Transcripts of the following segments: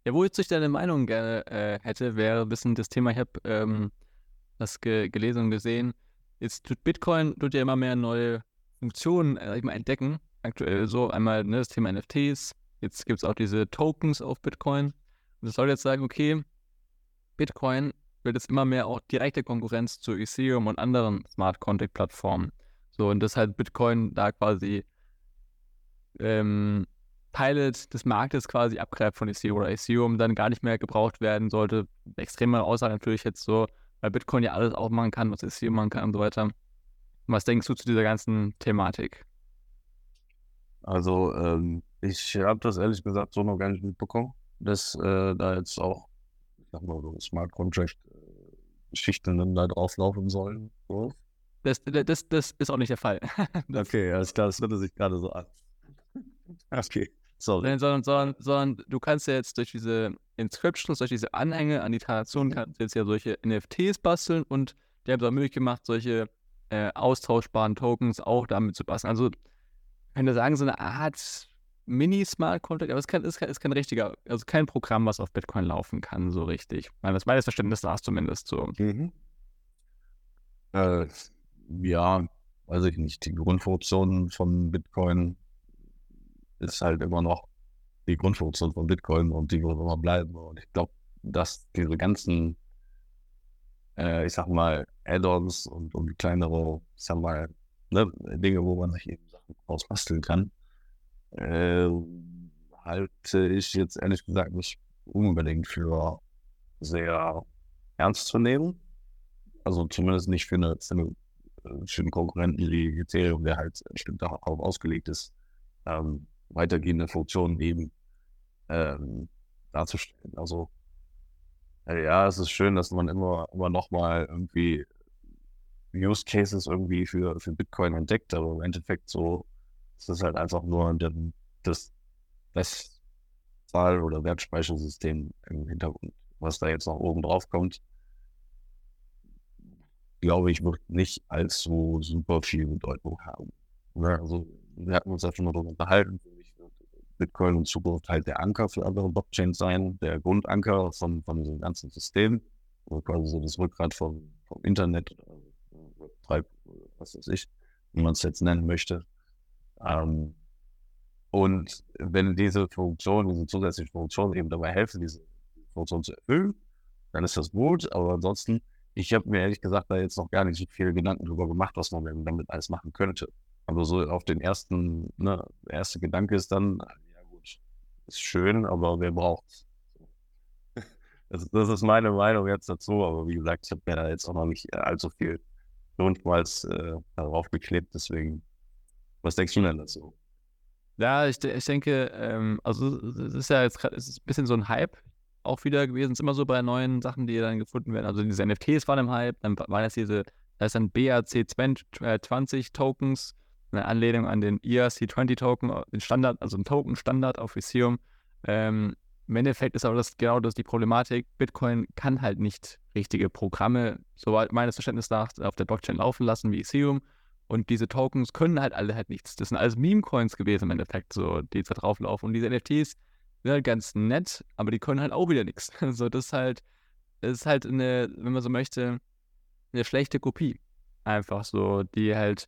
Ja, wo ich deine Meinung gerne hätte, wäre ein bisschen das Thema, ich habe das gelesen und gesehen, jetzt tut ja immer mehr neue Funktionen sag ich mal, entdecken. Aktuell so einmal das Thema NFTs, jetzt gibt es auch diese Tokens auf Bitcoin. Und das soll jetzt sagen, okay, Bitcoin wird jetzt immer mehr auch direkte Konkurrenz zu Ethereum und anderen Smart Contract Plattformen. So, und das halt Bitcoin da quasi ähm, Teile des Marktes quasi abgreift von Ethereum oder Ethereum dann gar nicht mehr gebraucht werden sollte. Extreme Aussage natürlich jetzt so, weil Bitcoin ja alles auch machen kann, was Ethereum machen kann und so weiter. Was denkst du zu dieser ganzen Thematik? Also, ich habe das ehrlich gesagt so noch gar nicht mitbekommen, dass da jetzt auch, ich sag mal, so Smart Contract Geschichten dann da drauf laufen sollen. So. Das ist auch nicht der Fall. Okay, alles klar, das hörte sich gerade so an. Okay, sorry. Sondern du kannst ja jetzt durch diese Inscriptions, durch diese Anhänge an die Transaktionen, kannst du jetzt ja solche NFTs basteln und die haben es auch möglich gemacht, solche austauschbaren Tokens auch damit zu basteln. Also kann ich sagen, so eine Art Mini-Smart Contract, aber ist kein richtiger, also kein Programm, was auf Bitcoin laufen kann, so richtig. Meines Verständnisses nach zumindest so. Mhm. Äh, ja, weiß ich nicht. Die Grundfunktion von Bitcoin ist halt immer noch die Grundfunktion von Bitcoin und die wird immer bleiben. Und ich glaube, dass diese ganzen, ich sag mal, Add-ons und kleinere, ich sag mal, ne, Dinge, wo man sich eben Sachen ausbasteln kann, äh, halte ich jetzt ehrlich gesagt nicht unbedingt für sehr ernst zu nehmen. Also zumindest nicht für einen Konkurrenten wie Ethereum, der halt bestimmt darauf ausgelegt ist, weitergehende Funktionen eben ähm, darzustellen. Also ja, es ist schön, dass man immer noch mal irgendwie Use Cases irgendwie für Bitcoin entdeckt, aber im Endeffekt so ist es halt einfach nur das, das Zahl- oder Wertspeichersystem im Hintergrund. Was da jetzt noch oben drauf kommt, glaube ich, wird nicht allzu super viel Bedeutung haben. Ne? Also wir hatten uns ja schon mal darüber unterhalten, für mich wird Bitcoin in Zukunft halt der Anker für andere Blockchains sein, der Grundanker von diesem ganzen System, also quasi so das Rückgrat vom Internet oder Web3, was weiß ich, wie man es jetzt nennen möchte. Ähm, und wenn diese zusätzlichen Funktionen eben dabei helfen, diese Funktion zu erfüllen, dann ist das gut. Aber ansonsten, ich habe mir ehrlich gesagt da jetzt noch gar nicht so viele Gedanken drüber gemacht, was man denn damit alles machen könnte. Aber so auf den ersten, ne, der erste Gedanke ist dann, ja gut, ist schön, aber wer braucht's? Das ist meine Meinung jetzt dazu, aber wie gesagt, ich habe mir da jetzt auch noch nicht allzu viel notfalls darauf geklebt, deswegen, was denkst du denn dazu? Ja, ich denke, also es ist ja jetzt es ist ein bisschen so ein Hype auch wieder gewesen. Es ist immer so bei neuen Sachen, die dann gefunden werden. Also diese NFTs waren im Hype, dann waren das da ist dann BRC20 Tokens, eine Anlehnung an den ERC20 Token, den Standard, also ein Token-Standard auf Ethereum. Im Endeffekt ist aber genau das die Problematik. Bitcoin kann halt nicht richtige Programme, soweit meines Verständnisses nach, auf der Blockchain laufen lassen wie Ethereum. Und diese Tokens können halt alle halt nichts. Das sind alles Meme-Coins gewesen im Endeffekt, so, die jetzt da drauflaufen. Und diese NFTs sind halt ganz nett, aber die können halt auch wieder nichts. So, das ist halt eine, wenn man so möchte, eine schlechte Kopie. Einfach so, die halt,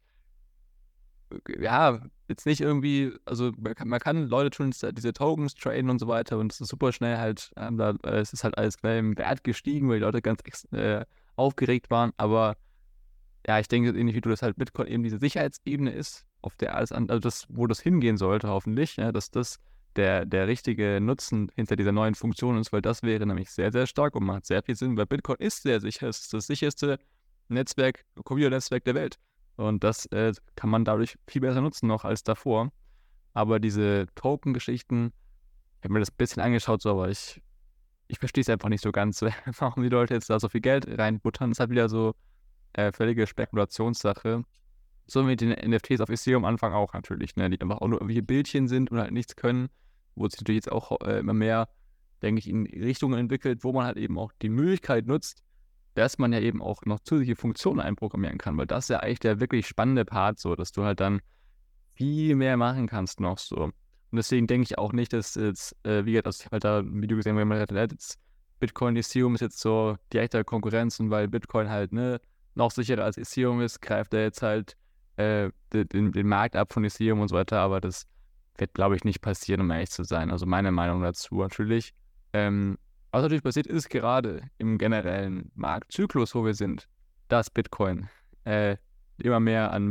ja, jetzt nicht irgendwie, also man kann Leute tun diese Tokens traden und so weiter und es ist super schnell halt, es ist halt alles schnell im Wert gestiegen, weil die Leute ganz aufgeregt waren, aber ja, ich denke, ähnlich wie du, dass halt Bitcoin eben diese Sicherheitsebene ist, auf der alles an, also das, wo das hingehen sollte, hoffentlich, ja, dass das der richtige Nutzen hinter dieser neuen Funktion ist, weil das wäre nämlich sehr, sehr stark und macht sehr viel Sinn, weil Bitcoin ist sehr sicher, es ist das sicherste Netzwerk, Computernetzwerk der Welt. Und das kann man dadurch viel besser nutzen noch als davor. Aber diese Token-Geschichten, ich habe mir das ein bisschen angeschaut, so, aber ich verstehe es einfach nicht so ganz, warum die Leute jetzt da so viel Geld reinbuttern. Das ist halt wieder so völlige Spekulationssache. So mit den NFTs auf Ethereum am Anfang auch natürlich, ne? Die einfach auch nur irgendwelche Bildchen sind und halt nichts können, wo sich natürlich jetzt auch immer mehr, denke ich, in Richtungen entwickelt, wo man halt eben auch die Möglichkeit nutzt, dass man ja eben auch noch zusätzliche Funktionen einprogrammieren kann, weil das ist ja eigentlich der wirklich spannende Part, so, dass du halt dann viel mehr machen kannst noch so. Und Und deswegen denke ich auch nicht, dass jetzt, wie gesagt, also ich habe halt da ein Video gesehen, wo jemand gesagt hat, jetzt Bitcoin Ethereum ist jetzt so direkte Konkurrenz und weil Bitcoin halt noch sicherer als Ethereum ist, greift er jetzt halt den Markt ab von Ethereum und so weiter, aber das wird, glaube ich, nicht passieren, um ehrlich zu sein. Also meine Meinung dazu natürlich. Was natürlich passiert ist, gerade im generellen Marktzyklus, wo wir sind, dass Bitcoin immer mehr an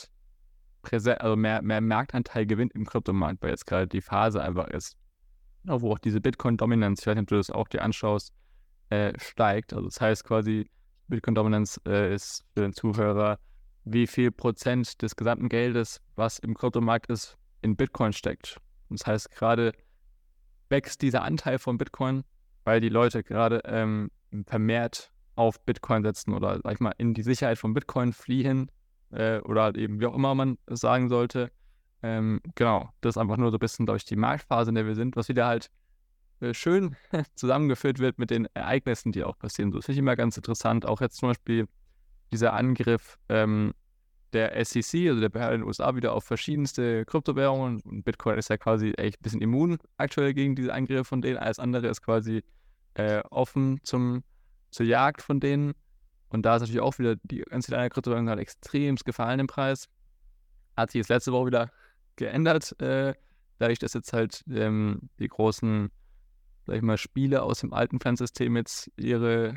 also mehr Marktanteil gewinnt im Kryptomarkt, weil jetzt gerade die Phase einfach ist, wo auch diese Bitcoin-Dominanz, ich weiß nicht, ob du das auch dir anschaust, steigt. Also das heißt quasi, Bitcoin-Dominanz ist für den Zuhörer, wie viel Prozent des gesamten Geldes, was im Kryptomarkt ist, in Bitcoin steckt. Und das heißt, gerade wächst dieser Anteil von Bitcoin, weil die Leute gerade vermehrt auf Bitcoin setzen oder, sag ich mal, in die Sicherheit von Bitcoin fliehen oder halt eben, wie auch immer man es sagen sollte. Genau, das ist einfach nur so ein bisschen, glaube ich, die Marktphase, in der wir sind, was wieder halt schön zusammengeführt wird mit den Ereignissen, die auch passieren. So, das finde ich immer ganz interessant. Auch jetzt zum Beispiel dieser Angriff der SEC, also der Behörde in den USA, wieder auf verschiedenste Kryptowährungen. Und Bitcoin ist ja quasi echt ein bisschen immun aktuell gegen diese Angriffe von denen. Alles andere ist quasi offen zur Jagd von denen. Und da ist natürlich auch wieder die ganze kleine Kryptowährung hat extremst gefallen im Preis. Hat sich jetzt letzte Woche wieder geändert, dadurch, dass jetzt halt die großen, sag ich mal, Spiele aus dem alten Finanzsystem jetzt ihre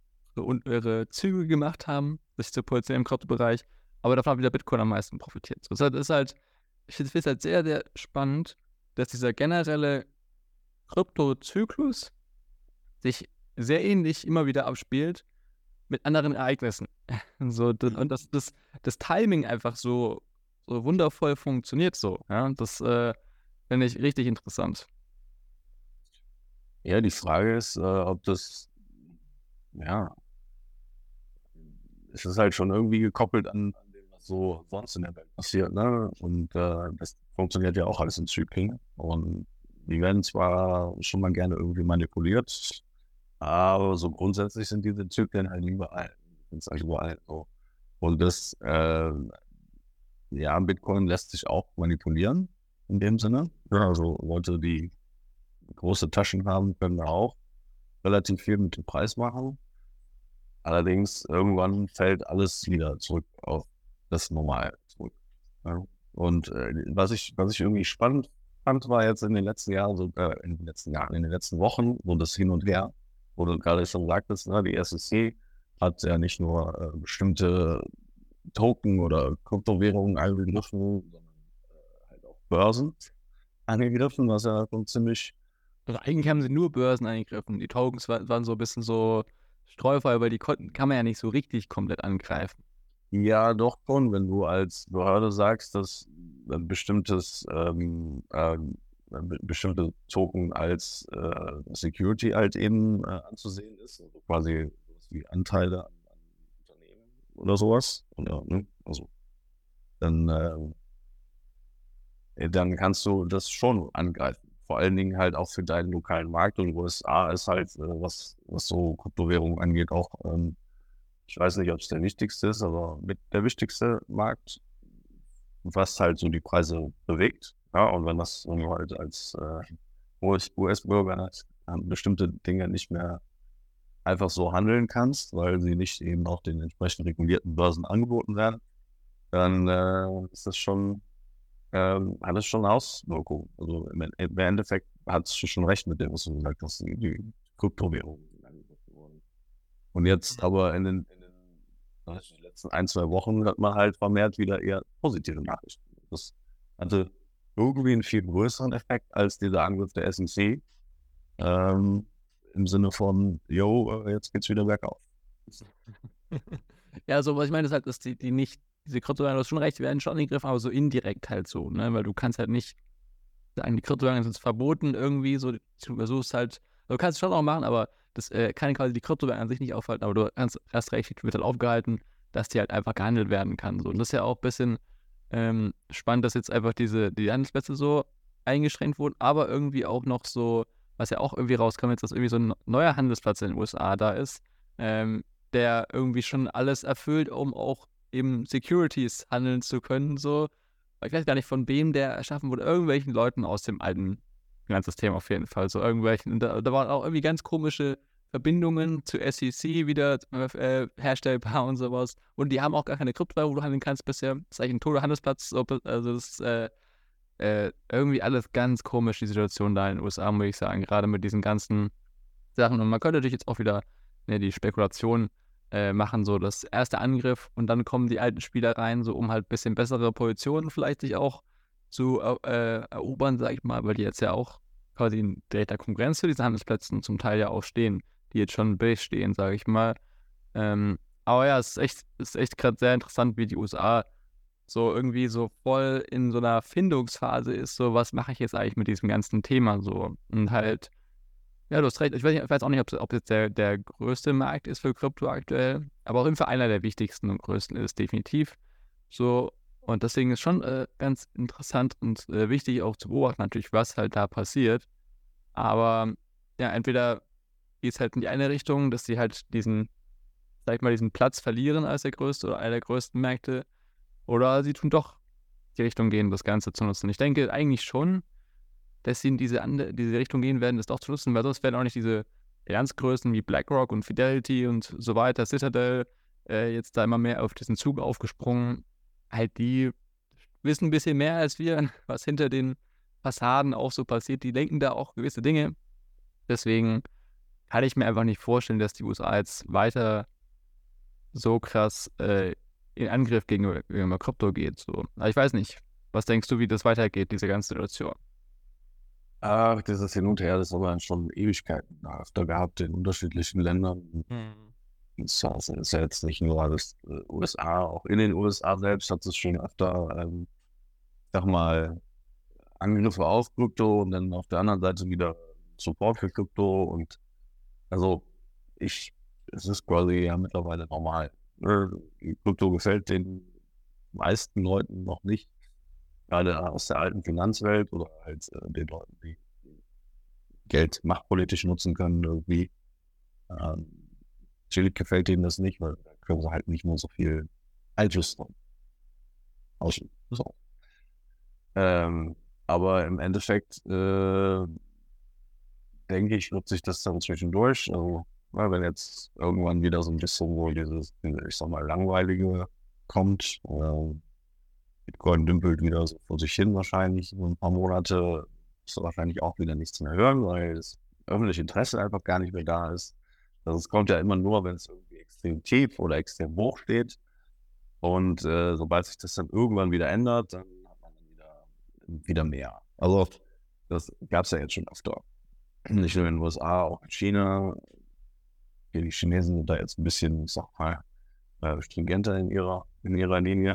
Züge gemacht haben, sich zu positionieren im Kryptobereich, aber davon hat wieder Bitcoin am meisten profitiert. So, das ist halt, ich finde es halt sehr, sehr spannend, dass dieser generelle Kryptozyklus sich sehr ähnlich immer wieder abspielt mit anderen Ereignissen. Und das Timing einfach so wundervoll funktioniert so. Ja? Das finde ich richtig interessant. Ja, die Frage ist, ob das, es ist halt schon irgendwie gekoppelt an dem, was so sonst in der Welt passiert, ne? Und das funktioniert ja auch alles in Zyklen. Und die werden zwar schon mal gerne irgendwie manipuliert, aber so grundsätzlich sind diese Zyklen halt überall. Sind es halt überall so. Und Bitcoin lässt sich auch manipulieren in dem Sinne. Ja, also Leute, die große Taschen haben, können da auch relativ viel mit dem Preis machen. Allerdings irgendwann fällt alles wieder zurück auf das Normal zurück. Ja. Und was ich irgendwie spannend fand, war jetzt in den letzten Jahren, in den letzten Wochen, so das Hin und Her, wo du gerade schon sagtest, ne, die SEC hat ja nicht nur bestimmte Token oder Kryptowährungen angegriffen, sondern halt auch Börsen angegriffen, was ja schon ziemlich. Also eigentlich haben sie nur Börsen eingegriffen. Die Tokens waren so ein bisschen so Streufall, weil die kann man ja nicht so richtig komplett angreifen. Ja, doch schon, wenn du als Behörde sagst, dass ein bestimmte Token als Security halt eben anzusehen ist, also quasi wie Anteile an Unternehmen oder sowas. Oder, ne? Also dann kannst du das schon angreifen. Vor allen Dingen halt auch für deinen lokalen Markt. Und USA ist halt, was so Kryptowährungen angeht, auch, ich weiß nicht, ob es der wichtigste ist, aber mit der wichtigste Markt, was halt so die Preise bewegt. Ja, und wenn du halt als US-Bürger bestimmte Dinge nicht mehr einfach so handeln kannst, weil sie nicht eben auch den entsprechend regulierten Börsen angeboten werden, dann ist das schon hat es schon Auswirkungen. Also im Endeffekt hat es schon recht mit dem, was du gesagt hast, die Kryptowährung. Und jetzt aber in den letzten 1-2 Wochen hat man halt vermehrt wieder eher positive Nachrichten. Das hatte irgendwie einen viel größeren Effekt als dieser Angriff der SEC. Im Sinne von, jetzt geht's wieder bergauf. Ja, so was ich meine, ist halt, dass die nicht, diese Kryptowährungen, du hast schon recht, werden schon angegriffen, aber so indirekt halt so, ne? Weil du kannst halt nicht sagen, die Kryptowährungen sind verboten irgendwie, so, du versuchst halt, du kannst es schon auch machen, aber das kann quasi die Kryptowährung an sich nicht aufhalten, aber du hast recht, wird halt aufgehalten, dass die halt einfach gehandelt werden kann. So. Und das ist ja auch ein bisschen spannend, dass jetzt einfach die Handelsplätze so eingeschränkt wurden, aber irgendwie auch noch so, was ja auch irgendwie rauskam, jetzt, dass irgendwie so ein neuer Handelsplatz in den USA da ist, der irgendwie schon alles erfüllt, um auch eben Securities handeln zu können, so. ich weiß gar nicht, von wem der erschaffen wurde, irgendwelchen Leuten aus dem alten Finanzsystem auf jeden Fall, so irgendwelchen, und da waren auch irgendwie ganz komische Verbindungen zu SEC wieder herstellbar und sowas. Und die haben auch gar keine Kryptowährung, wo du handeln kannst bisher. Das ist eigentlich ein toter Handelsplatz. Also das ist irgendwie alles ganz komisch, die Situation da in den USA, muss ich sagen. Gerade mit diesen ganzen Sachen. Und man könnte natürlich jetzt auch wieder die Spekulation machen, so das erste Angriff und dann kommen die alten Spieler rein, so um halt ein bisschen bessere Positionen vielleicht sich auch zu erobern, sag ich mal, weil die jetzt ja auch quasi in direkter Konkurrenz zu diesen Handelsplätzen zum Teil ja auch stehen, die jetzt schon bestehen, sage ich mal. Aber ja, es ist echt gerade sehr interessant, wie die USA so irgendwie so voll in so einer Findungsphase ist, so was mache ich jetzt eigentlich mit diesem ganzen Thema so. Und halt, ja, du hast recht, ich weiß auch nicht, ob jetzt der größte Markt ist für Krypto aktuell, aber auf jeden Fall einer der wichtigsten und größten ist definitiv so. Und deswegen ist schon ganz interessant und wichtig auch zu beobachten natürlich, was halt da passiert. Aber ja, entweder geht es halt in die eine Richtung, dass sie halt sag ich mal, diesen Platz verlieren als der größte oder einer der größten Märkte, oder sie tun doch die Richtung gehen, das Ganze zu nutzen. Ich denke eigentlich schon, dass sie in diese Richtung gehen werden, das doch zu nutzen, weil sonst werden auch nicht diese Finanzgrößen wie BlackRock und Fidelity und so weiter, Citadel, jetzt da immer mehr auf diesen Zug aufgesprungen. Halt, die wissen ein bisschen mehr als wir, was hinter den Fassaden auch so passiert. Die denken da auch gewisse Dinge. Deswegen kann ich mir einfach nicht vorstellen, dass die USA jetzt weiter so krass in Angriff gegenüber Krypto geht. So. Aber ich weiß nicht. Was denkst du, wie das weitergeht, diese ganze Situation? Ach, dieses Hin und Her, das haben wir schon Ewigkeiten öfter gehabt in unterschiedlichen Ländern. Das ist ja jetzt nicht nur das USA, auch in den USA selbst hat es schon öfter, sag mal, Angriffe auf Krypto und dann auf der anderen Seite wieder Support für Krypto und also es ist quasi ja mittlerweile normal. Krypto gefällt den meisten Leuten noch nicht, gerade aus der alten Finanzwelt oder halt den Leuten, die Geld machtpolitisch nutzen können irgendwie. Chillig gefällt denen das nicht, weil da können sie halt nicht mehr so viel Einfluss ausüben. So. Aber im Endeffekt denke ich, nutze ich das dann zwischendurch. Also, wenn jetzt irgendwann wieder so ein bisschen wo dieses, ich sag mal, Langweilige kommt, Bitcoin dümpelt wieder so vor sich hin wahrscheinlich, so ein paar Monate, wirst du wahrscheinlich auch wieder nichts mehr hören, weil das öffentliche Interesse einfach gar nicht mehr da ist. Also es kommt ja immer nur, wenn es irgendwie extrem tief oder extrem hoch steht. Und sobald sich das dann irgendwann wieder ändert, dann hat man dann wieder mehr. Also das gab es ja jetzt schon öfter. Nicht nur in den USA, auch in China. Die Chinesen sind da jetzt ein bisschen, ich sag mal, stringenter in ihrer Linie.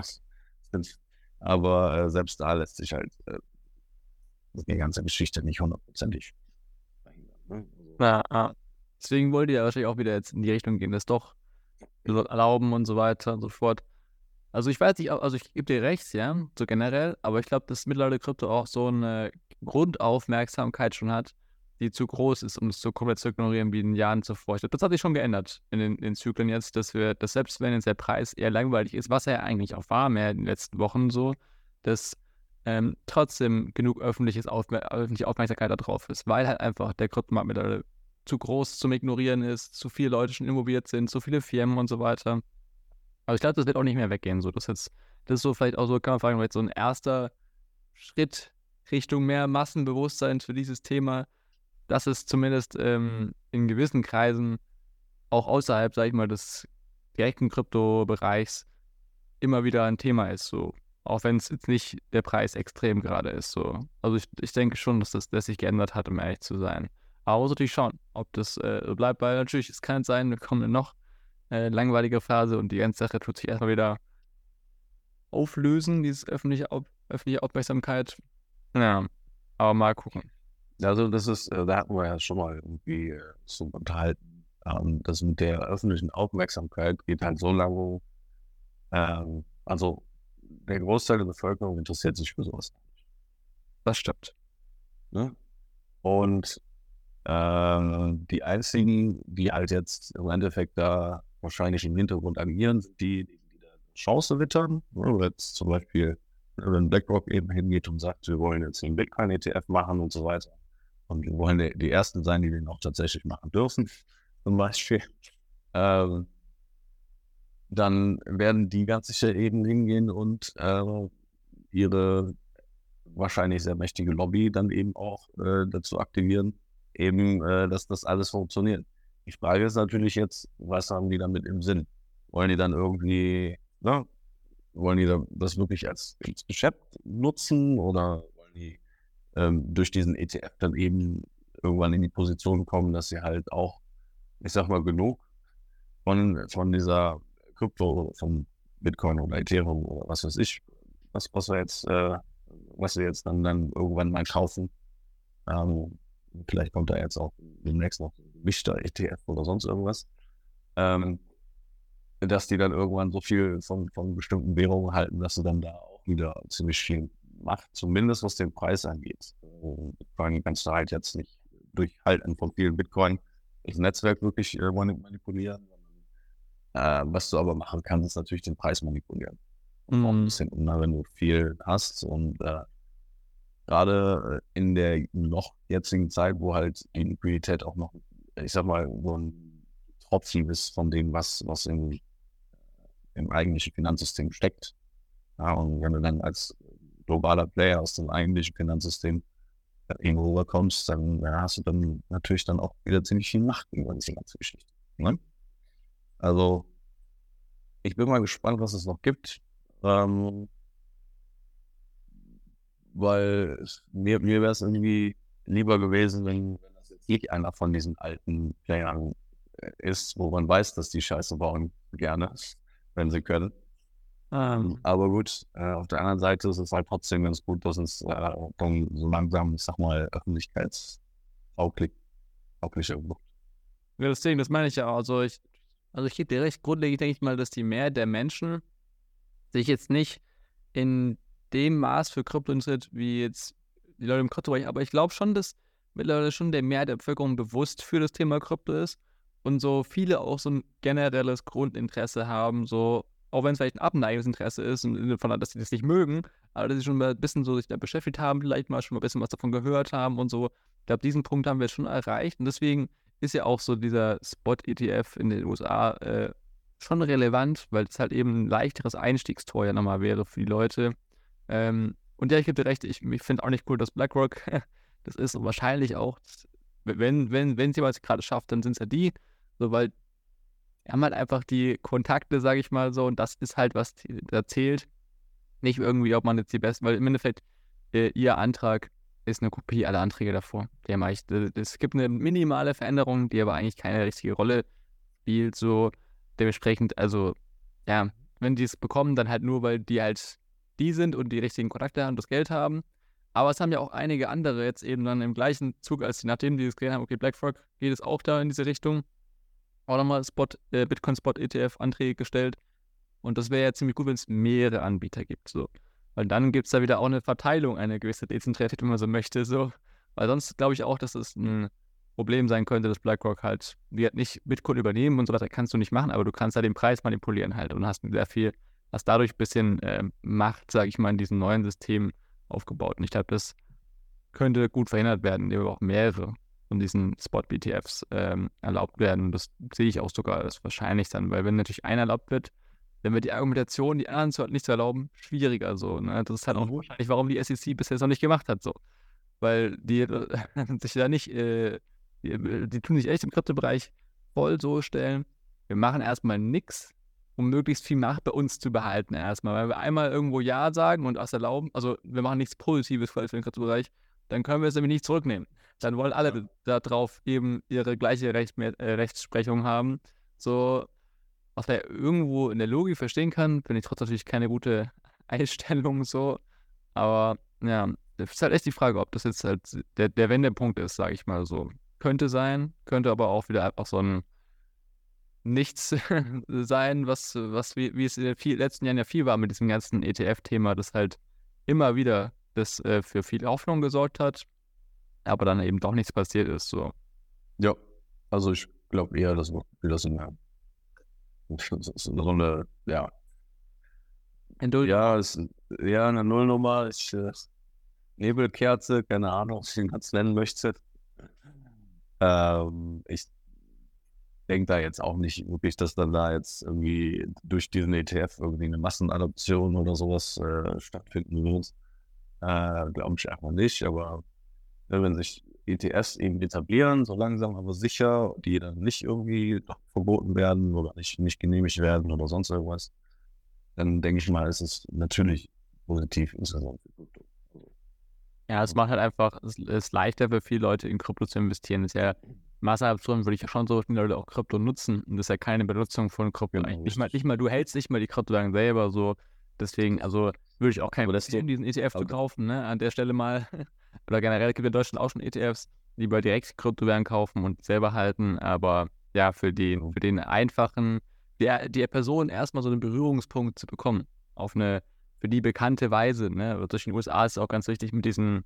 Aber selbst da lässt sich halt die ganze Geschichte nicht hundertprozentig verhindern. Ne? Ja. Deswegen wollt ihr ja wahrscheinlich auch wieder jetzt in die Richtung gehen, das doch erlauben und so weiter und so fort. Also ich weiß nicht, also ich gebe dir recht, ja, so generell, aber ich glaube, dass mittlerweile Krypto auch so eine Grundaufmerksamkeit schon hat, die zu groß ist, um es so komplett zu ignorieren wie in den Jahren zuvor. Ich glaube, das hat sich schon geändert in den Zyklen jetzt, dass selbst wenn jetzt der Preis eher langweilig ist, was er eigentlich auch war, mehr in den letzten Wochen so, dass trotzdem genug öffentliche Aufmerksamkeit da drauf ist, weil halt einfach der Kryptomarkt mittlerweile zu groß zum Ignorieren ist, zu viele Leute schon involviert sind, zu viele Firmen und so weiter. Aber ich glaube, das wird auch nicht mehr weggehen. So, das ist so vielleicht auch so, kann man fragen, vielleicht so ein erster Schritt Richtung mehr Massenbewusstsein für dieses Thema, dass es zumindest in gewissen Kreisen auch außerhalb, sag ich mal, des direkten Kryptobereichs immer wieder ein Thema ist. So. Auch wenn es jetzt nicht der Preis extrem gerade ist. So. Also ich denke schon, dass das sich geändert hat, um ehrlich zu sein. Aber man muss natürlich schauen, ob das so bleibt, weil natürlich, es kann sein, wir kommen in noch langweilige Phase und die ganze Sache tut sich erstmal wieder auflösen, diese öffentliche Aufmerksamkeit. Ja, aber mal gucken. Also das ist, da hatten wir ja schon mal irgendwie so unterhalten. Das mit der öffentlichen Aufmerksamkeit geht halt so lange, also der Großteil der Bevölkerung interessiert sich für sowas. Das stimmt. Ne? Und die einzigen, die halt jetzt im Endeffekt da wahrscheinlich im Hintergrund agieren, sind die da Chance wittern. Oder jetzt zum Beispiel wenn BlackRock eben hingeht und sagt, wir wollen jetzt den Bitcoin-ETF machen und so weiter. Und wir wollen die Ersten sein, die den auch tatsächlich machen dürfen, zum Beispiel. Dann werden die ganz sicher eben hingehen und ihre wahrscheinlich sehr mächtige Lobby dann eben auch dazu aktivieren, eben, dass das alles funktioniert. Die Frage ist natürlich jetzt, was haben die damit im Sinn? Wollen die dann irgendwie, wollen die das wirklich als Geschäft nutzen oder wollen die durch diesen ETF dann eben irgendwann in die Position kommen, dass sie halt auch, ich sag mal, genug von dieser Krypto, von Bitcoin oder Ethereum oder was weiß ich, was wir jetzt dann irgendwann mal kaufen. Vielleicht kommt da jetzt auch demnächst noch ein gemischter ETF oder sonst irgendwas. Dass die dann irgendwann so viel von bestimmten Währungen halten, dass sie dann da auch wieder ziemlich viel macht, zumindest was den Preis angeht. Bitcoin kannst du halt jetzt nicht durch Halten von vielen Bitcoin das Netzwerk wirklich manipulieren. Was du aber machen kannst, ist natürlich den Preis manipulieren. Und auch ein bisschen, wenn du viel hast und gerade in der noch jetzigen Zeit, wo halt die Liquidität auch noch, ich sag mal, so ein Tropfen ist von dem, was im eigentlichen Finanzsystem steckt. Ja, und wenn du dann als globaler Player aus dem eigentlichen Finanzsystem irgendwo rüberkommst, dann hast du dann natürlich dann auch wieder ziemlich viel Macht über diese ganze Geschichte. Ne? Also, ich bin mal gespannt, was es noch gibt. Weil mir wäre es irgendwie lieber gewesen, wenn das jetzt nicht einer von diesen alten Playern ist, wo man weiß, dass die Scheiße bauen gerne, wenn sie können. Aber gut, auf der anderen Seite ist es halt trotzdem ganz gut, dass es dann so langsam, ich sag mal, öffentlichkeitstauglich wird. Ja, deswegen, das meine ich ja auch. Also ich gebe dir recht, grundlegend denke ich mal, dass die Mehrheit der Menschen sich jetzt nicht in dem Maß für Krypto interessiert, wie jetzt die Leute im Kryptobereich, aber ich glaube schon, dass mittlerweile schon der Mehrheit der Bevölkerung bewusst für das Thema Krypto ist und so viele auch so ein generelles Grundinteresse haben, so, auch wenn es vielleicht ein abneigendes Interesse ist, im Sinne von, dass sie das nicht mögen, aber dass sie schon mal ein bisschen so sich da beschäftigt haben, vielleicht mal schon mal ein bisschen was davon gehört haben und so. Ich glaube, diesen Punkt haben wir schon erreicht und deswegen ist ja auch so dieser Spot-ETF in den USA schon relevant, weil es halt eben ein leichteres Einstiegstor ja nochmal wäre für die Leute. Und ja, ich gebe dir recht, ich finde auch nicht cool, dass BlackRock das ist und wahrscheinlich auch, wenn es jemand gerade schafft, dann sind es ja die, so, weil wir haben halt einfach die Kontakte, sage ich mal so, und das ist halt, was da zählt. Nicht irgendwie, ob man jetzt die besten, weil im Endeffekt ihr Antrag ist eine Kopie aller Anträge davor. Es gibt eine minimale Veränderung, die aber eigentlich keine richtige Rolle spielt, so dementsprechend, also ja, wenn die es bekommen, dann halt nur, weil die halt die sind und die richtigen Kontakte haben und das Geld haben. Aber es haben ja auch einige andere jetzt eben dann im gleichen Zug, nachdem die es gesehen haben, okay, BlackRock geht es auch da in diese Richtung, auch nochmal Bitcoin-Spot-ETF-Anträge gestellt. Und das wäre ja ziemlich gut, wenn es mehrere Anbieter gibt. So. Weil dann gibt es da wieder auch eine Verteilung, eine gewisse Dezentralität, wenn man so möchte. So. Weil sonst glaube ich auch, dass es ein Problem sein könnte, dass BlackRock halt, die halt nicht Bitcoin übernehmen und so weiter, kannst du nicht machen, aber du kannst halt den Preis manipulieren halt und hast dadurch ein bisschen Macht, sage ich mal, in diesem neuen System aufgebaut. Und ich glaube, das könnte gut verhindert werden, indem auch mehrere von diesen Spot-BTFs erlaubt werden. Und das sehe ich auch sogar als wahrscheinlich dann, weil wenn natürlich einer erlaubt wird, dann wird die Argumentation, die anderen nicht zu erlauben, schwieriger so. Ne? Das ist halt auch wahrscheinlich, warum die SEC bisher das noch nicht gemacht hat so. Weil die sich da nicht, die tun sich echt im Kryptobereich voll so stellen. Wir machen erstmal nichts, um möglichst viel Macht bei uns zu behalten erstmal. Weil wir einmal irgendwo Ja sagen und was erlauben, also wir machen nichts Positives für den Kryptobereich, dann können wir es nämlich nicht zurücknehmen. Dann wollen alle darauf eben ihre gleiche Rechtsprechung haben. So, was man ja irgendwo in der Logik verstehen kann, finde ich trotzdem natürlich keine gute Einstellung so. Aber ja, das ist halt echt die Frage, ob das jetzt halt der Wendepunkt ist, sage ich mal so. Könnte sein, könnte aber auch wieder einfach so ein Nichts sein, wie es in den letzten Jahren ja viel war mit diesem ganzen ETF-Thema, das halt immer wieder das für viel Hoffnung gesorgt hat, aber dann eben doch nichts passiert ist. So. Ja, also ich glaube eher, dass wir das so eine, ja, Entschuldigung. Ja, ist ja eine Nullnummer. Nebelkerze, keine Ahnung, wie man es nennen möchte. Ich denke da jetzt auch nicht wirklich, dass dann da jetzt irgendwie durch diesen ETF irgendwie eine Massenadoption oder sowas stattfinden wird. Glaube ich einfach nicht, aber wenn sich ETFs eben etablieren, so langsam aber sicher, die dann nicht irgendwie verboten werden oder nicht genehmigt werden oder sonst irgendwas, dann denke ich mal, ist es natürlich positiv insgesamt für Krypto. Ja, es macht halt einfach, es ist leichter für viele Leute in Krypto zu investieren. Das ist ja Massenadoption, würde ich ja schon so, dass die Leute auch Krypto nutzen. Und das ist ja keine Benutzung von Krypto. Genau, Nicht mal, du hältst nicht mal die Kryptowährung selber so. Deswegen, also würde ich auch keinen empfehlen, diesen ETF zu kaufen, ne? An der Stelle mal. Oder generell gibt es in Deutschland auch schon ETFs, lieber direkt Kryptowährungen kaufen und selber halten. Aber ja, für den einfachen, der Person erstmal so einen Berührungspunkt zu bekommen. Für die bekannte Weise, ne? Durch den USA ist es auch ganz wichtig mit diesem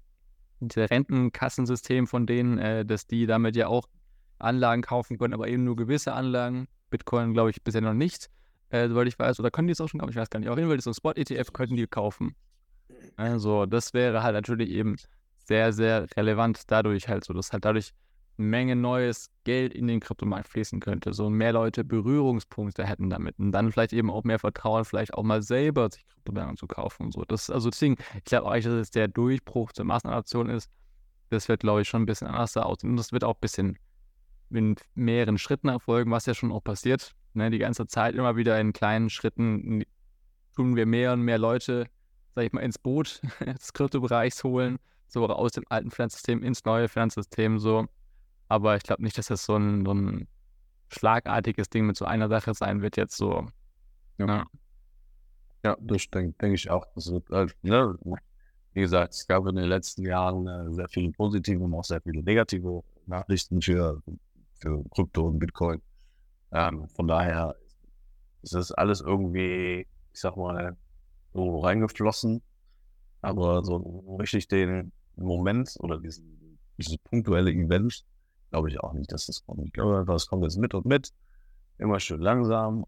Rentenkassensystem von denen, dass die damit ja auch Anlagen kaufen können, aber eben nur gewisse Anlagen. Bitcoin, glaube ich, bisher noch nicht, soweit ich weiß. Oder können die es auch schon kaufen? Ich weiß gar nicht. Auf jeden Fall, so ein Spot-ETF könnten die kaufen. Also, das wäre halt natürlich eben sehr, sehr relevant dadurch halt so, dass halt dadurch eine Menge neues Geld in den Kryptomarkt fließen könnte. So mehr Leute Berührungspunkte hätten damit. Und dann vielleicht eben auch mehr Vertrauen, vielleicht auch mal selber sich Kryptowährungen zu kaufen und so. Also deswegen, ich glaube auch nicht, dass es der Durchbruch zur Massenadoption ist. Das wird, glaube ich, schon ein bisschen anders aussehen. Und das wird auch ein bisschen in mehreren Schritten erfolgen, was ja schon auch passiert. Ne? Die ganze Zeit immer wieder in kleinen Schritten tun wir mehr und mehr Leute, sag ich mal, ins Boot des Kryptobereichs holen, so aus dem alten Finanzsystem ins neue Finanzsystem so. Aber ich glaube nicht, dass das so ein schlagartiges Ding mit so einer Sache sein wird jetzt so. Ja. Ja, das denke ich auch. Das wird, ne? Wie gesagt, es gab in den letzten Jahren sehr viele positive und auch sehr viele negative Nachrichten für Krypto und Bitcoin. Von daher ist das alles irgendwie, ich sag mal, so reingeflossen. Aber so richtig den Moment oder dieses punktuelle Event, glaube ich auch nicht, dass das kommt. Ich glaube einfach, es kommt jetzt mit und mit, immer schön langsam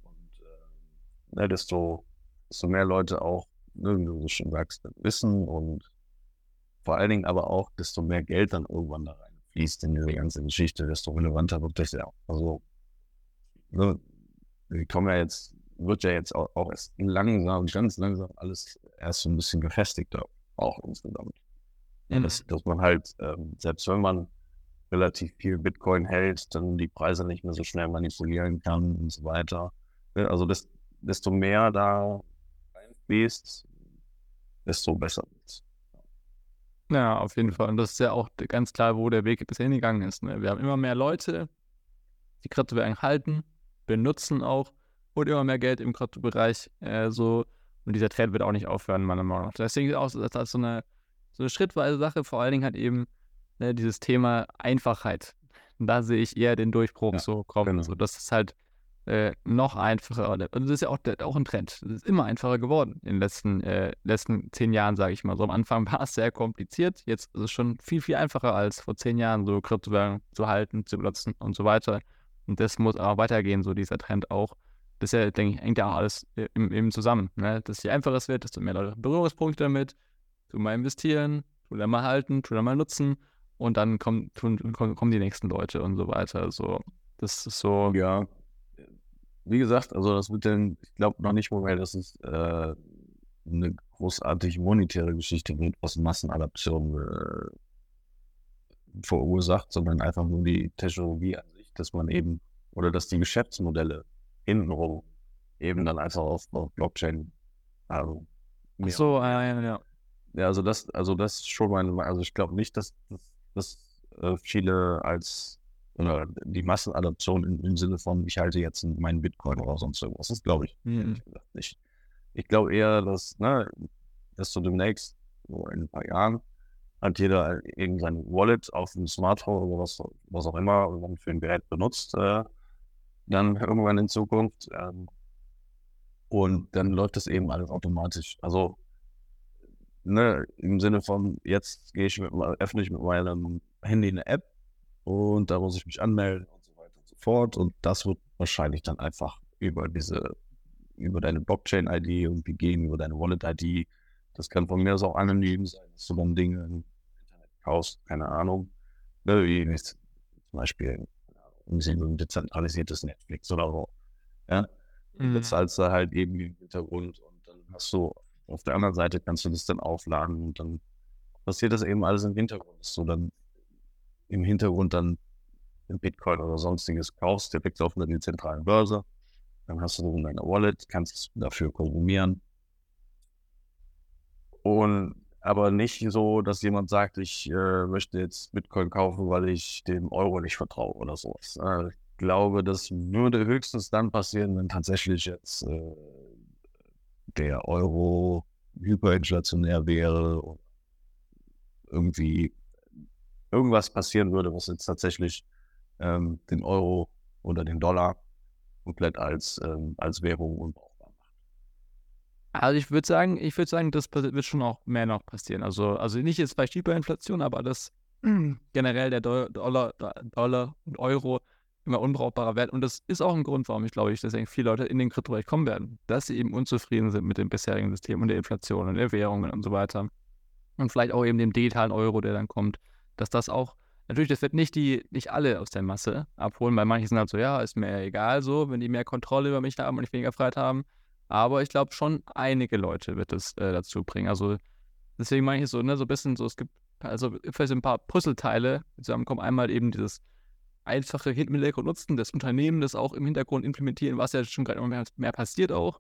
und desto mehr Leute auch, wie du schon sagst, wissen und vor allen Dingen aber auch, desto mehr Geld dann irgendwann da reinfließt in diese ganze Geschichte, desto relevanter wird das ja. Also, ne, wird ja jetzt auch erst langsam, ganz langsam alles erst so ein bisschen gefestigter, auch insgesamt. Ja, dass man halt, selbst wenn man relativ viel Bitcoin hält, dann die Preise nicht mehr so schnell manipulieren kann und so weiter. Ja, also desto mehr da reinfließt, desto besser wird's. Ja, auf jeden Fall. Und das ist ja auch ganz klar, wo der Weg bisher hingegangen ist. Ne? Wir haben immer mehr Leute, die Kryptowährungen halten, benutzen auch und immer mehr Geld im Kryptobereich so. Und dieser Trend wird auch nicht aufhören, meiner Meinung nach. Deswegen ist auch das so eine schrittweise Sache, vor allen Dingen halt eben dieses Thema Einfachheit. Und da sehe ich eher den Durchbruch so kommen. Genau. So, das ist halt noch einfacher. Und das ist ja auch ein Trend. Das ist immer einfacher geworden in den letzten 10 Jahren, sage ich mal. So am Anfang war es sehr kompliziert. Jetzt ist es schon viel, viel einfacher als vor 10 Jahren, so Kryptowährungen zu halten, zu benutzen und so weiter. Und das muss auch weitergehen, so dieser Trend auch. Das ist ja, denke ich, hängt ja auch alles eben zusammen. Ne? Dass je einfacher es wird, desto mehr Leute Berührungspunkte damit, tu mal investieren, tu dann mal halten, tu dann mal nutzen und dann kommen die nächsten Leute und so weiter. So, das ist so. Ja, wie gesagt, also das wird dann, ich glaube noch nicht mal, dass es eine großartig monetäre Geschichte wird, was Massenadaption verursacht, sondern einfach nur die Technologie an sich, dass man eben, oder dass die Geschäftsmodelle hintenrum eben dann einfach auf Blockchain. Also, Ach so, ja. Ja, also das ist schon also ich glaube nicht, dass viele als oder die Massenadoption im Sinne von, ich halte jetzt meinen Bitcoin oder sonst irgendwas. Das glaube ich ehrlich gesagt nicht. Ich glaube eher, dass so demnächst, so in ein paar Jahren, hat jeder irgendein Wallet auf dem Smartphone oder was auch immer man für ein Gerät benutzt, dann irgendwann in Zukunft. Und dann läuft das eben alles automatisch. Also, ne, im Sinne von, jetzt öffne ich mit meinem Handy eine App und da muss ich mich anmelden und so weiter und so fort. Und das wird wahrscheinlich dann einfach über diese über deine Blockchain-ID irgendwie gehen, über deine Wallet-ID. Das kann von mir aus auch anonym sein, dass du dann Dinge im Internet kaufst, keine Ahnung. Ne, wie zum Beispiel ein dezentralisiertes Netflix oder so. Ja? Und jetzt zahlst du halt eben im Hintergrund und dann hast du auf der anderen Seite kannst du das dann aufladen und dann passiert das eben alles im Hintergrund, dass du dann im Hintergrund dann in Bitcoin oder sonstiges kaufst, direkt auf einer dezentralen Börse. Dann hast du in deiner Wallet, kannst es dafür konsumieren. Und aber nicht so, dass jemand sagt, ich möchte jetzt Bitcoin kaufen, weil ich dem Euro nicht vertraue oder sowas. Ich glaube, das würde höchstens dann passieren, wenn tatsächlich jetzt der Euro hyperinflationär wäre und irgendwie irgendwas passieren würde, was jetzt tatsächlich den Euro oder den Dollar komplett als Währung unbrauchbar macht. Also ich würde sagen, das wird schon auch mehr noch passieren. Also nicht jetzt bei Hyperinflation, aber dass generell der Dollar und Euro immer unbrauchbarer werden. Und das ist auch ein Grund, warum dass viele Leute in den Kryptobereich kommen werden, dass sie eben unzufrieden sind mit dem bisherigen System und der Inflation und der Währungen und so weiter. Und vielleicht auch eben dem digitalen Euro, der dann kommt, dass das auch, natürlich, das wird nicht alle aus der Masse abholen, weil manche sind halt so, ja, ist mir egal so, wenn die mehr Kontrolle über mich haben und ich weniger Freiheit haben. Aber ich glaube schon, einige Leute wird es dazu bringen. Also deswegen meine ich so, ne, so ein bisschen so, es gibt also vielleicht ein paar Puzzleteile zusammenkommen. Einmal eben dieses einfache Hintergrund nutzen, das Unternehmen das auch im Hintergrund implementieren, was ja schon gerade immer mehr passiert auch.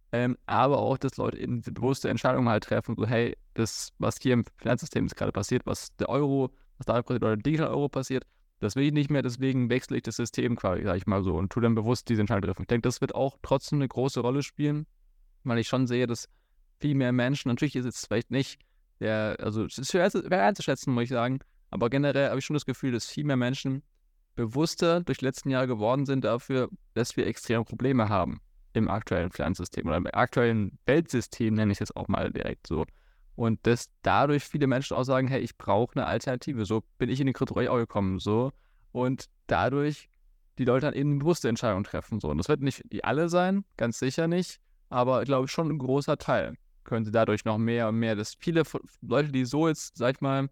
Aber auch, dass Leute eben bewusste Entscheidungen halt treffen, so hey, das, was hier im Finanzsystem jetzt gerade passiert, was da passiert oder Digital Euro passiert, das will ich nicht mehr, deswegen wechsle ich das System quasi, sag ich mal so, und tue dann bewusst diese Entscheidung treffen. Ich denke, das wird auch trotzdem eine große Rolle spielen, weil ich schon sehe, dass viel mehr Menschen, natürlich ist es vielleicht nicht also es ist schwer einzuschätzen, muss ich sagen, aber generell habe ich schon das Gefühl, dass viel mehr Menschen bewusster durch die letzten Jahre geworden sind dafür, dass wir extreme Probleme haben im aktuellen Finanzsystem oder im aktuellen Weltsystem, nenne ich es jetzt auch mal direkt so. Und dass dadurch viele Menschen auch sagen, hey, ich brauche eine Alternative. So bin ich in den Kryptobereich auch gekommen. So. Und dadurch die Leute dann eben eine bewusste Entscheidung treffen. So. Und das wird nicht die alle sein, ganz sicher nicht, aber glaube ich schon ein großer Teil. Können sie dadurch noch mehr und mehr, dass viele Leute, die so jetzt, sag ich mal,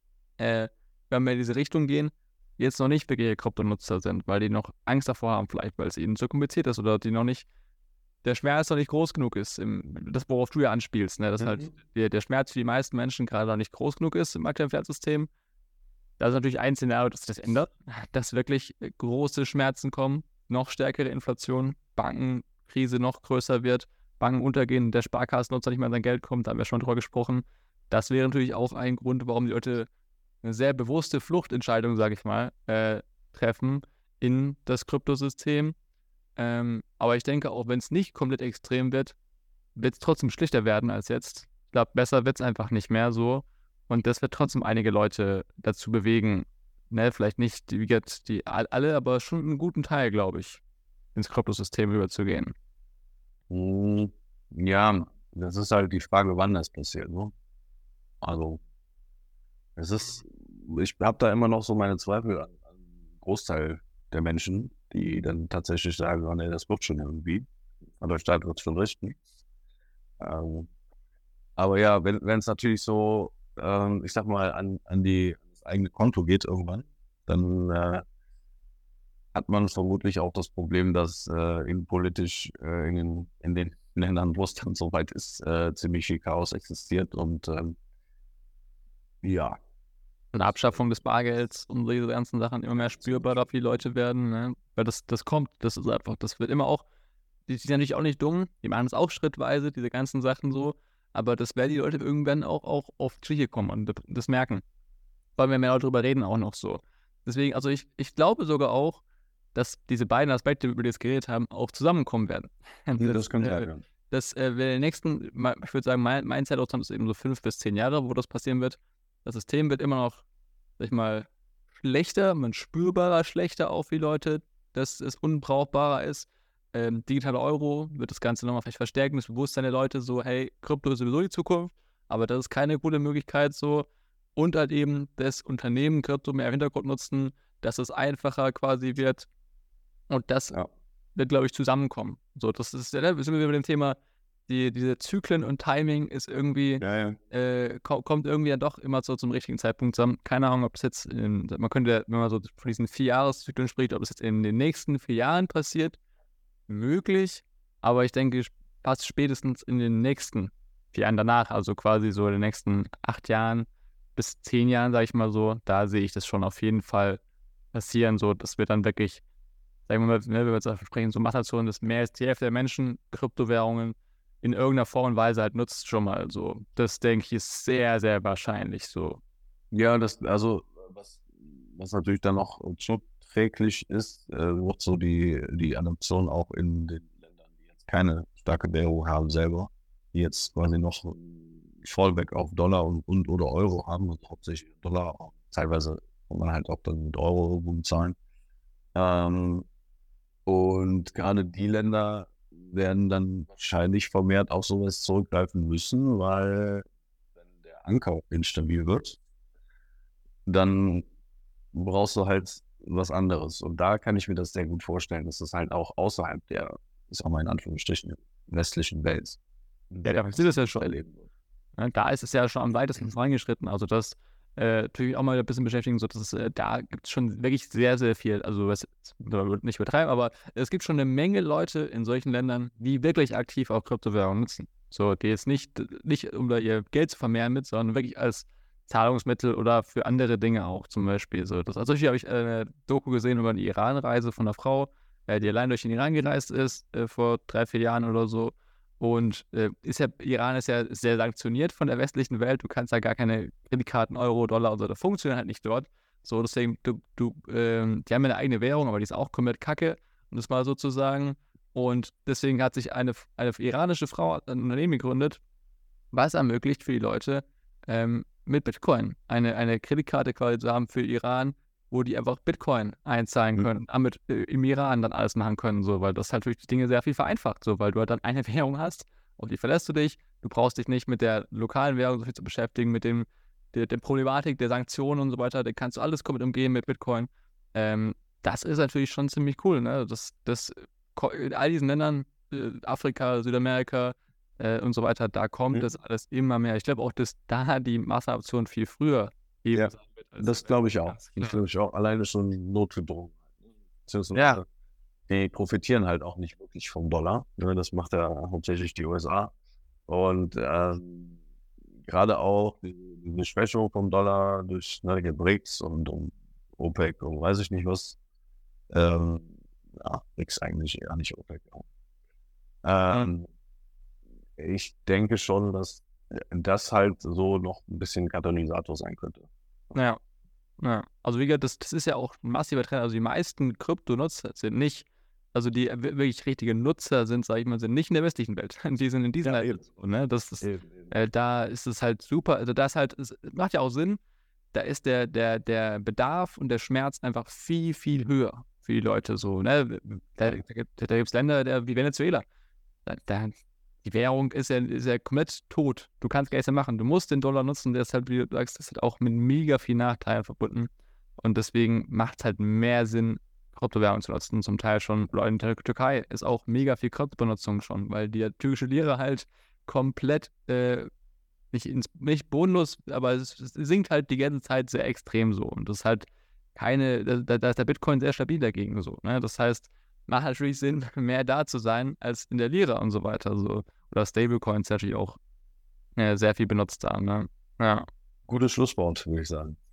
wenn wir in diese Richtung gehen, jetzt noch nicht wirkliche Kryptonutzer sind, weil die noch Angst davor haben, vielleicht, weil es ihnen zu kompliziert ist oder die noch nicht, der Schmerz noch nicht groß genug ist, das, worauf du ja anspielst, ne? Dass halt der Schmerz für die meisten Menschen gerade noch nicht groß genug ist im aktuellen Finanzsystem. Das ist natürlich ein Szenario, das das ändert, dass wirklich große Schmerzen kommen, noch stärkere Inflation, Bankenkrise noch größer wird, Banken untergehen, der Sparkassennutzer nicht mehr an sein Geld kommt, da haben wir schon drüber gesprochen. Das wäre natürlich auch ein Grund, warum die Leute eine sehr bewusste Fluchtentscheidung, sage ich mal, treffen in das Kryptosystem. Aber ich denke, auch wenn es nicht komplett extrem wird, wird es trotzdem schlichter werden als jetzt. Ich glaube, besser wird es einfach nicht mehr so. Und das wird trotzdem einige Leute dazu bewegen, ne, vielleicht nicht die alle, aber schon einen guten Teil, glaube ich, ins Kryptosystem überzugehen. Ja, das ist halt die Frage, wann das passiert. Ne? Also, ich habe da immer noch so meine Zweifel an Großteil der Menschen, die dann tatsächlich sagen, oh, nee, das wird schon irgendwie. Und der Staat wird es schon richten. Aber ja, wenn es natürlich so, ich sag mal, an das eigene Konto geht irgendwann, dann hat man vermutlich auch das Problem, dass innenpolitisch in den Ländern, wo es dann soweit ist, ziemlich viel Chaos existiert und ja. Eine Abschaffung des Bargelds und diese ganzen Sachen immer mehr spürbar für die Leute werden, ne? Weil das kommt, das ist einfach, das wird immer auch, die sind natürlich auch nicht dumm, die machen es auch schrittweise, diese ganzen Sachen so, aber das werden die Leute irgendwann auch auf die Schliche kommen und das merken. Weil wir mehr darüber reden auch noch so. Deswegen, also ich glaube sogar auch, dass diese beiden Aspekte, über die wir jetzt geredet haben, auch zusammenkommen werden. Das könnte sein. Das wäre der nächsten, ich würde sagen, mein Zeithorizont ist eben so 5 bis 10 Jahre, wo das passieren wird. Das System wird immer noch, sag ich mal, schlechter, man spürbarer schlechter auch für die Leute, dass es unbrauchbarer ist. Digitaler Euro wird das Ganze nochmal vielleicht verstärken, das Bewusstsein der Leute so, hey, Krypto ist sowieso die Zukunft, aber das ist keine gute Möglichkeit so. Und halt eben das Unternehmen Krypto mehr im Hintergrund nutzen, dass es einfacher quasi wird und dass wird, glaube ich, zusammenkommen. So, das ist, ja, ne, sind wir mit dem Thema, diese Zyklen und Timing ist irgendwie, Ja, ja. kommt irgendwie ja doch immer so zum richtigen Zeitpunkt zusammen. Keine Ahnung, ob es jetzt, man könnte, wenn man so von diesen 4-Jahreszyklen spricht, ob es jetzt in den nächsten 4 Jahren passiert, möglich, aber ich denke, fast spätestens in den nächsten 4 Jahren danach, also quasi so in den nächsten 8 Jahren bis 10 Jahren, sage ich mal so, da sehe ich das schon auf jeden Fall passieren, so, dass wir dann wirklich, sagen wir mal, wenn wir jetzt davon sprechen, so Massenadoption, dass mehr als die Hälfte der Menschen Kryptowährungen in irgendeiner Form und Weise halt nutzt schon mal so. Das, denke ich, ist sehr, sehr wahrscheinlich so. Ja, was natürlich dann noch zuträglich ist, wird so die Adoption auch in den Ländern, die jetzt keine starke Währung haben selber, die jetzt quasi noch Fallback auf Dollar und oder Euro haben, also hauptsächlich Dollar, teilweise kann man halt auch dann mit Euro irgendwo bezahlen. Und gerade die Länder werden dann wahrscheinlich vermehrt auf sowas zurückgreifen müssen, weil wenn der Ankauf instabil wird, dann brauchst du halt was anderes. Und da kann ich mir das sehr gut vorstellen, dass das halt auch außerhalb der, ich sag mal in Anführungsstrichen, westlichen Welt Ja, da passiert das ja schon. erleben wird. Ja, da ist es ja schon am weitesten vorangeschritten. Also das natürlich auch mal ein bisschen beschäftigen, so dass es, da gibt es schon wirklich sehr, sehr viel. Also was nicht übertreiben, aber es gibt schon eine Menge Leute in solchen Ländern, die wirklich aktiv auch Kryptowährungen nutzen. So, die jetzt nicht um da ihr Geld zu vermehren mit, sondern wirklich als Zahlungsmittel oder für andere Dinge auch zum Beispiel. So, also hier habe ich eine Doku gesehen über die Iran-Reise von einer Frau, die allein durch den Iran gereist ist, vor 3, 4 Jahren oder so. Und Iran ist ja sehr sanktioniert von der westlichen Welt. Du kannst da gar keine Kreditkarten, Euro, Dollar und so, das funktioniert halt nicht dort. So, deswegen, die haben ja eine eigene Währung, aber die ist auch komplett kacke, um das mal so zu sagen. Und deswegen hat sich eine iranische Frau ein Unternehmen gegründet, was ermöglicht für die Leute, mit Bitcoin eine Kreditkarte quasi zu haben für Iran, wo die einfach Bitcoin einzahlen können, damit im Iran dann alles machen können, so, weil das halt natürlich die Dinge sehr viel vereinfacht, so, weil du halt dann eine Währung hast, auf die verlässt du dich, du brauchst dich nicht mit der lokalen Währung so viel zu beschäftigen, mit der Problematik der Sanktionen und so weiter, da kannst du alles komplett umgehen mit Bitcoin. Das ist natürlich schon ziemlich cool, ne? Das in all diesen Ländern, Afrika, Südamerika und so weiter, da kommt das alles immer mehr. Ich glaube auch, dass da die Massenadoption viel früher Ja, sein wird. das glaube ich auch. Ja. Das glaube ich auch. Alleine schon notgedrungen. Beziehungsweise Ja. die profitieren halt auch nicht wirklich vom Dollar. Ne? Das macht ja hauptsächlich die USA. Und gerade auch die Schwächung vom Dollar durch die BRICS und OPEC und weiß ich nicht was. BRICS eigentlich eher nicht OPEC. Ich denke schon, dass das halt so noch ein bisschen Katalysator sein könnte. Ja. Also wie gesagt, das ist ja auch ein massiver Trend. Also die meisten Kryptonutzer sind nicht, also die wirklich richtigen Nutzer sind, sage ich mal, sind nicht in der westlichen Welt. Die sind in diesen Ländern. Ne? Da ist es halt super. Also das halt, es macht ja auch Sinn. Da ist der Bedarf und der Schmerz einfach viel, viel höher für die Leute. So, ne? Da gibt es Länder wie Venezuela. Die Währung ist ja komplett tot. Du kannst gar nichts mehr machen. Du musst den Dollar nutzen, deshalb, wie du sagst, das ist halt auch mit mega viel Nachteilen verbunden. Und deswegen macht es halt mehr Sinn, Kryptowährung zu nutzen. Zum Teil schon, in der Türkei ist auch mega viel Kryptobenutzung schon, weil die türkische Lira halt komplett nicht bodenlos, aber es sinkt halt die ganze Zeit sehr extrem so. Und das ist halt da ist der Bitcoin sehr stabil dagegen so. Ne? Das heißt, macht natürlich Sinn, mehr da zu sein als in der Lira und so weiter. So. Oder Stablecoins natürlich auch sehr viel benutzt da. Ne? Ja. Gutes Schlusswort, würde ich sagen.